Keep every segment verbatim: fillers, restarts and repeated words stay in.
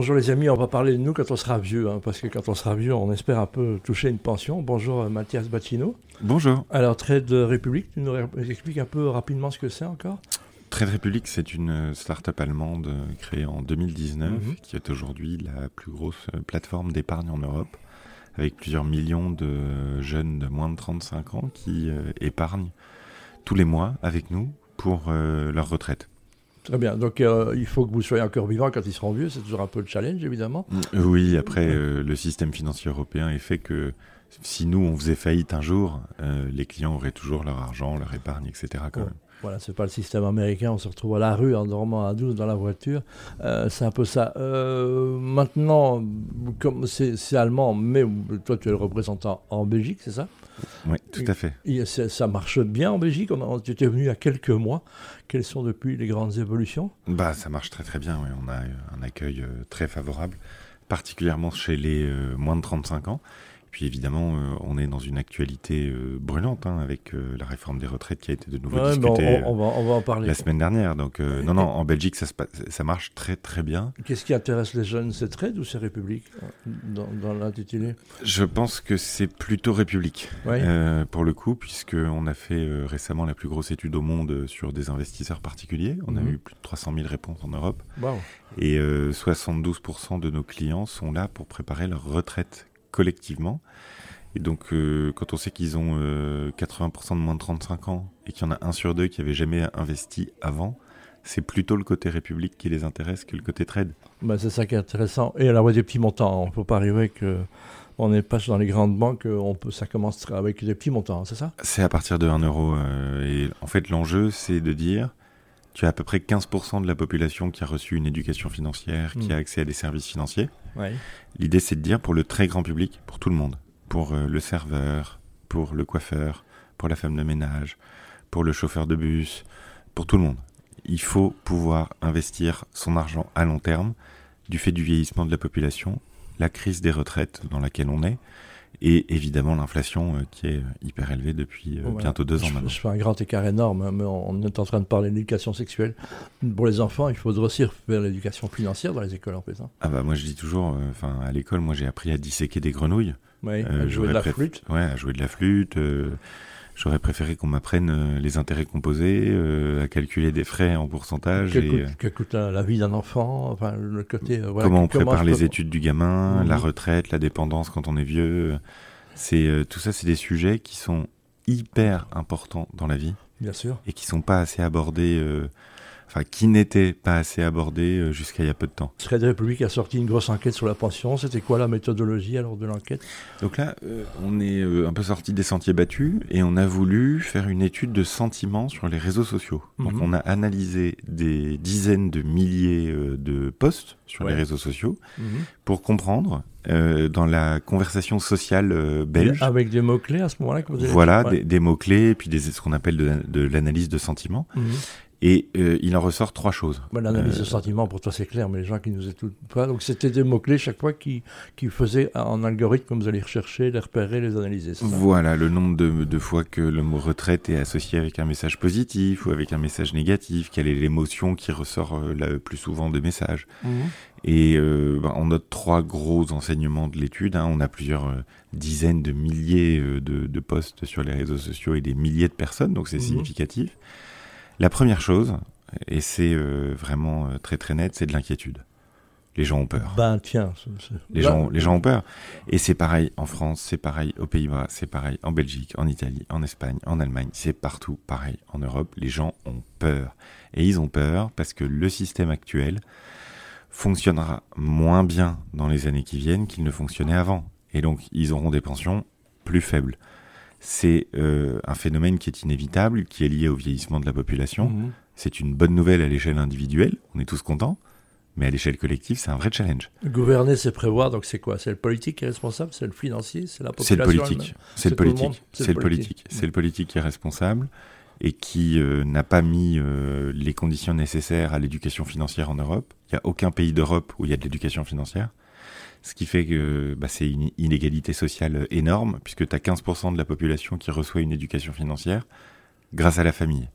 Bonjour les amis, on va parler de nous quand on sera vieux, hein, parce que quand on sera vieux, on espère un peu toucher une pension. Bonjour Mathias Bacchino. Bonjour. Alors Trade Republic, tu nous expliques un peu rapidement ce que c'est encore ? Trade Republic, c'est une start-up allemande créée en deux mille dix-neuf, mm-hmm. qui est aujourd'hui la plus grosse plateforme d'épargne en Europe, avec plusieurs millions de jeunes de moins de trente-cinq ans qui euh, épargnent tous les mois avec nous pour euh, leur retraite. Très bien, donc euh, il faut que vous soyez encore vivant quand ils seront vieux, c'est toujours un peu le challenge évidemment. Oui, après euh, le système financier européen est fait que si nous on faisait faillite un jour, euh, les clients auraient toujours leur argent, leur épargne, et cetera quand ouais. même. Voilà, c'est pas le système américain, on se retrouve à la rue en dormant à douze dans la voiture, euh, c'est un peu ça. Euh, maintenant, comme c'est, c'est allemand, mais toi tu es le représentant en Belgique, c'est ça ? Oui, tout à fait. Et ça marche bien en Belgique, on a, tu étais venu il y a quelques mois, quelles sont depuis les grandes évolutions ? Bah, ça marche très très bien, oui. On a un accueil euh, très favorable, particulièrement chez les euh, moins de trente-cinq ans. Puis évidemment, euh, on est dans une actualité euh, brûlante hein, avec euh, la réforme des retraites qui a été de nouveau ouais, discutée on, on, va, on va en parler. la semaine dernière. Donc euh, non, non, en Belgique, ça, se passe, ça marche très très bien. Qu'est-ce qui intéresse les jeunes, c'est Trade ou c'est République dans, dans l'intitulé ? Je pense que c'est plutôt République, ouais. euh, pour le coup, puisqu'on a fait euh, récemment la plus grosse étude au monde sur des investisseurs particuliers. On mmh. a eu plus de trois cent mille réponses en Europe. Wow. Et euh, soixante-douze pour cent de nos clients sont là pour préparer leur retraite collectivement. Et donc, euh, quand on sait qu'ils ont euh, quatre-vingts pour cent de moins de trente-cinq ans et qu'il y en a un sur deux qui n'avait jamais investi avant, c'est plutôt le côté République qui les intéresse que le côté trade. Ben, c'est ça qui est intéressant. Et alors, des petits montants, on ne peut pas arriver que... On n'est pas dans les grandes banques, on peut, ça commence avec des petits montants, c'est ça ? C'est à partir de un euro. Euh, et en fait, l'enjeu, c'est de dire... Tu as à peu près quinze pour cent de la population qui a reçu une éducation financière, qui mmh. a accès à des services financiers. Ouais. L'idée, c'est de dire pour le très grand public, pour tout le monde, pour euh, le serveur, pour le coiffeur, pour la femme de ménage, pour le chauffeur de bus, pour tout le monde. Il faut pouvoir investir son argent à long terme du fait du vieillissement de la population, la crise des retraites dans laquelle on est, et évidemment l'inflation euh, qui est hyper élevée depuis euh, ouais, bientôt deux ans je, maintenant. Je fais un grand écart énorme, hein, mais on est en train de parler de l'éducation sexuelle. Pour les enfants, il faudrait aussi faire l'éducation financière dans les écoles en fait. Hein. Ah bah moi je dis toujours, enfin euh, à l'école, moi j'ai appris à disséquer des grenouilles. Oui, euh, à jouer de la préf... flûte. Ouais, à jouer de la flûte. Euh, j'aurais préféré qu'on m'apprenne euh, les intérêts composés, euh, à calculer des frais en pourcentage. Que et, coûte, euh, que coûte la, la vie d'un enfant, enfin le côté. Euh, voilà, comment on comment prépare les peux... études du gamin, mmh. la retraite, la dépendance quand on est vieux. C'est euh, tout ça, c'est des sujets qui sont hyper importants dans la vie. Bien sûr. Et qui sont pas assez abordés. Euh, Enfin, qui n'était pas assez abordé jusqu'à il y a peu de temps. Trade Republic a sorti une grosse enquête sur la pension. C'était quoi la méthodologie alors de l'enquête ? Donc là, euh, on est euh, un peu sorti des sentiers battus et on a voulu faire une étude de sentiment sur les réseaux sociaux. Mm-hmm. Donc on a analysé des dizaines de milliers euh, de posts sur ouais. les réseaux sociaux mm-hmm. pour comprendre euh, dans la conversation sociale euh, belge. Avec des mots-clés à ce moment-là que vous avez Voilà, ouais. des, des mots-clés et puis des, ce qu'on appelle de, de l'analyse de sentiment. Mm-hmm. Et euh, il en ressort trois choses. Ben, l'analyse euh, de sentiment, pour toi, c'est clair, mais les gens qui nous écoutent pas. Donc, c'était des mots-clés chaque fois qui, qui faisaient en algorithme, comme vous allez rechercher, les repérer, les analyser. C'est ça ? Voilà, le nombre de, de fois que le mot retraite est associé avec un message positif ou avec un message négatif, quelle est l'émotion qui ressort euh, le plus souvent des messages. Mmh. Et euh, ben, on note trois gros enseignements de l'étude. Hein. On a plusieurs euh, dizaines de milliers euh, de, de posts sur les réseaux sociaux et des milliers de personnes, donc c'est mmh. significatif. La première chose, et c'est euh, vraiment euh, très très net, c'est de l'inquiétude. Les gens ont peur. Ben tiens. C'est, c'est... Les, gens, les gens ont peur. Et c'est pareil en France, c'est pareil aux Pays-Bas, c'est pareil en Belgique, en Italie, en Espagne, en Allemagne. C'est partout pareil en Europe. Les gens ont peur. Et ils ont peur parce que le système actuel fonctionnera moins bien dans les années qui viennent qu'il ne fonctionnait avant. Et donc, ils auront des pensions plus faibles. C'est euh, un phénomène qui est inévitable, qui est lié au vieillissement de la population. Mmh. C'est une bonne nouvelle à l'échelle individuelle, on est tous contents, mais à l'échelle collective, c'est un vrai challenge. Gouverner, c'est prévoir, donc c'est quoi ? C'est le politique qui est responsable ? C'est le financier ? C'est la population ? C'est le politique. C'est, c'est le politique. C'est, c'est le le politique. C'est le politique qui est responsable et qui euh, n'a pas mis euh, les conditions nécessaires à l'éducation financière en Europe. Il n'y a aucun pays d'Europe où il y a de l'éducation financière. Ce qui fait que bah, c'est une inégalité sociale énorme, puisque tu as quinze pour cent de la population qui reçoit une éducation financière grâce à la famille.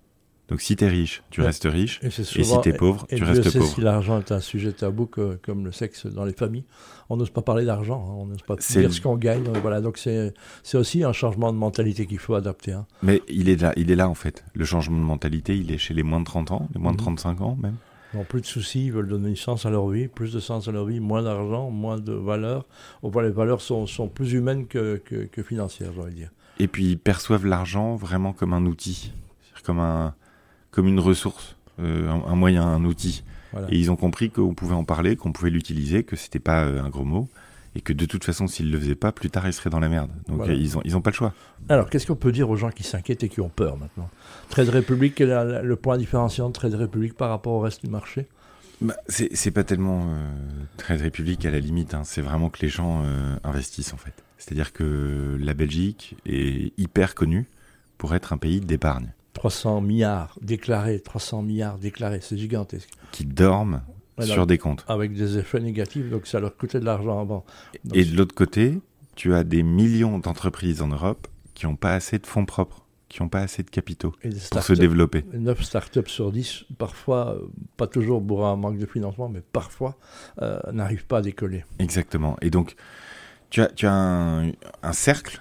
Donc si tu es riche, tu ouais. restes riche, et, souvent, et si tu es pauvre, et, tu et restes Dieu sait pauvre. Si l'argent est un sujet tabou que, comme le sexe dans les familles, on n'ose pas parler d'argent, hein, on n'ose pas c'est dire le... ce qu'on gagne. Voilà, donc c'est, c'est aussi un changement de mentalité qu'il faut adapter. Hein. Mais il est, là, il est là en fait. Le changement de mentalité, il est chez les moins de trente ans, les moins mmh. de trente-cinq ans même. Ils n'ont plus de soucis, ils veulent donner sens à leur vie, plus de sens à leur vie, moins d'argent, moins de valeurs. Au moins, les valeurs sont, sont plus humaines que, que, que financières, j'aurais dire. Et puis ils perçoivent l'argent vraiment comme un outil, comme, un, comme une ressource, euh, un, un moyen, un outil. Voilà. Et ils ont compris qu'on pouvait en parler, qu'on pouvait l'utiliser, que c'était pas euh, un gros mot, et que de toute façon, s'ils le faisaient pas, plus tard, ils seraient dans la merde. Donc voilà. euh, ils ont, ils ont pas le choix. Alors, qu'est-ce qu'on peut dire aux gens qui s'inquiètent et qui ont peur maintenant ? Trade Republic, quel est le point différenciant de Trade Republic par rapport au reste du marché ? Bah, c'est, c'est pas tellement euh, Trade Republic à la limite, hein. C'est vraiment que les gens euh, investissent en fait. C'est-à-dire que la Belgique est hyper connue pour être un pays d'épargne. trois cents milliards déclarés, trois cents milliards déclarés, c'est gigantesque. Qui dorment voilà, sur des comptes. Avec des effets négatifs, donc ça leur coûtait de l'argent avant. Donc, et de l'autre côté, tu as des millions d'entreprises en Europe qui n'ont pas assez de fonds propres, qui n'ont pas assez de capitaux pour se développer. neuf startups sur dix, parfois, pas toujours pour un manque de financement, mais parfois, euh, n'arrivent pas à décoller. Exactement. Et donc, tu as, tu as un, un cercle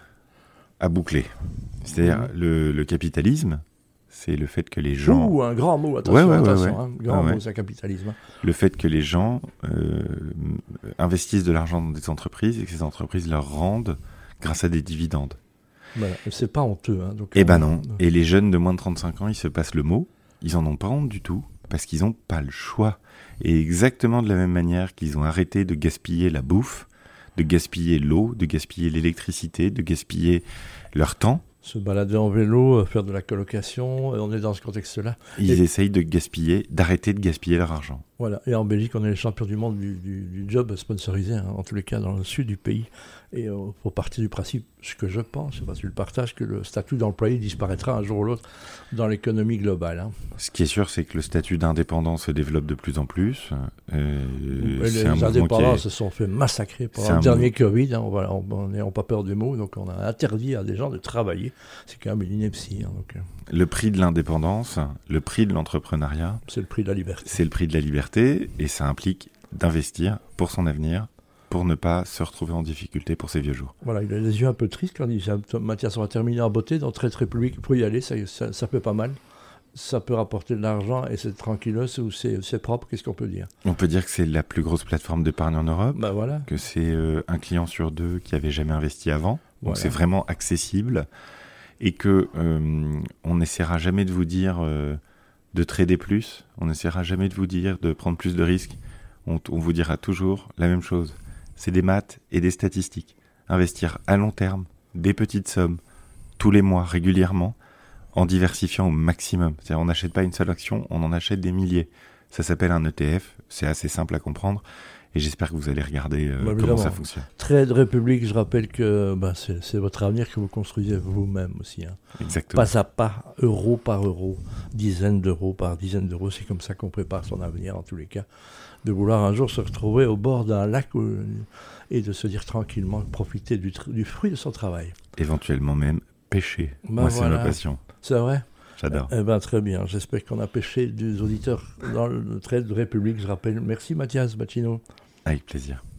à boucler. C'est-à-dire mmh. le, le capitalisme, c'est le fait que les gens... Ouh, un grand mot, attention, ouais, ouais, attention, ouais, ouais. Hein, grand ouais, mot, ouais. c'est un capitalisme. Le fait que les gens euh, investissent de l'argent dans des entreprises et que ces entreprises leur rendent grâce à des dividendes. Voilà. C'est pas honteux. Hein, donc, eh euh, ben non. Et les jeunes de moins de trente-cinq ans, ils se passent le mot, ils en ont pas honte du tout, parce qu'ils n'ont pas le choix. Et exactement de la même manière qu'ils ont arrêté de gaspiller la bouffe, de gaspiller l'eau, de gaspiller l'électricité, de gaspiller leur temps. Se balader en vélo, faire de la colocation, on est dans ce contexte-là. Ils et... essayent de gaspiller, d'arrêter de gaspiller leur argent. Voilà. Et en Belgique, on est les champions du monde du, du, du job sponsorisé, hein, en tous les cas dans le sud du pays. Et euh, faut partir du principe, ce que je pense, parce que tu le partages, que le statut d'employé disparaîtra un jour ou l'autre dans l'économie globale. Hein. Ce qui est sûr, c'est que le statut d'indépendant se développe de plus en plus. Euh, les les indépendants est... se sont fait massacrer pendant le dernier mou... Covid. Hein, on n'a pas peur des mots, donc on a interdit à des gens de travailler. C'est quand même une ineptie. Hein, donc, euh... Le prix de l'indépendance, le prix de l'entrepreneuriat, c'est le prix de la liberté. C'est le prix de la liberté et ça implique d'investir pour son avenir, pour ne pas se retrouver en difficulté pour ses vieux jours. Voilà, il a les yeux un peu tristes quand il dit Mathias, on va terminer en beauté dans Trade Republic, pour y aller, ça, ça, ça fait pas mal. Ça peut rapporter de l'argent et c'est tranquillos ou c'est, c'est propre, qu'est-ce qu'on peut dire ? On peut dire que c'est la plus grosse plateforme d'épargne en Europe, bah voilà. que c'est euh, un client sur deux qui avait jamais investi avant, donc voilà. C'est vraiment accessible et que euh, on n'essaiera jamais de vous dire euh, de trader plus, on n'essaiera jamais de vous dire de prendre plus de risques, on, on vous dira toujours la même chose. C'est des maths et des statistiques. Investir à long terme, des petites sommes, tous les mois, régulièrement, en diversifiant au maximum. C'est-à-dire on n'achète pas une seule action, on en achète des milliers. Ça s'appelle un E T F, c'est assez simple à comprendre. Et j'espère que vous allez regarder euh, bah, comment ça fonctionne. Trade Republic, je rappelle que bah, c'est, c'est votre avenir que vous construisez vous-même aussi. Hein. Exactement. Pas à pas, euro par euro, dizaines d'euros par dizaines d'euros. C'est comme ça qu'on prépare son avenir en tous les cas. De vouloir un jour se retrouver au bord d'un lac où, et de se dire tranquillement, profiter du, tr- du fruit de son travail. Éventuellement même pêcher. Bah, Moi, voilà. c'est ma passion. C'est vrai ? J'adore. Eh ben, très bien. J'espère qu'on a pêché des auditeurs dans le Trade Republic. Je rappelle. Merci Mathias Bacchino. Avec plaisir.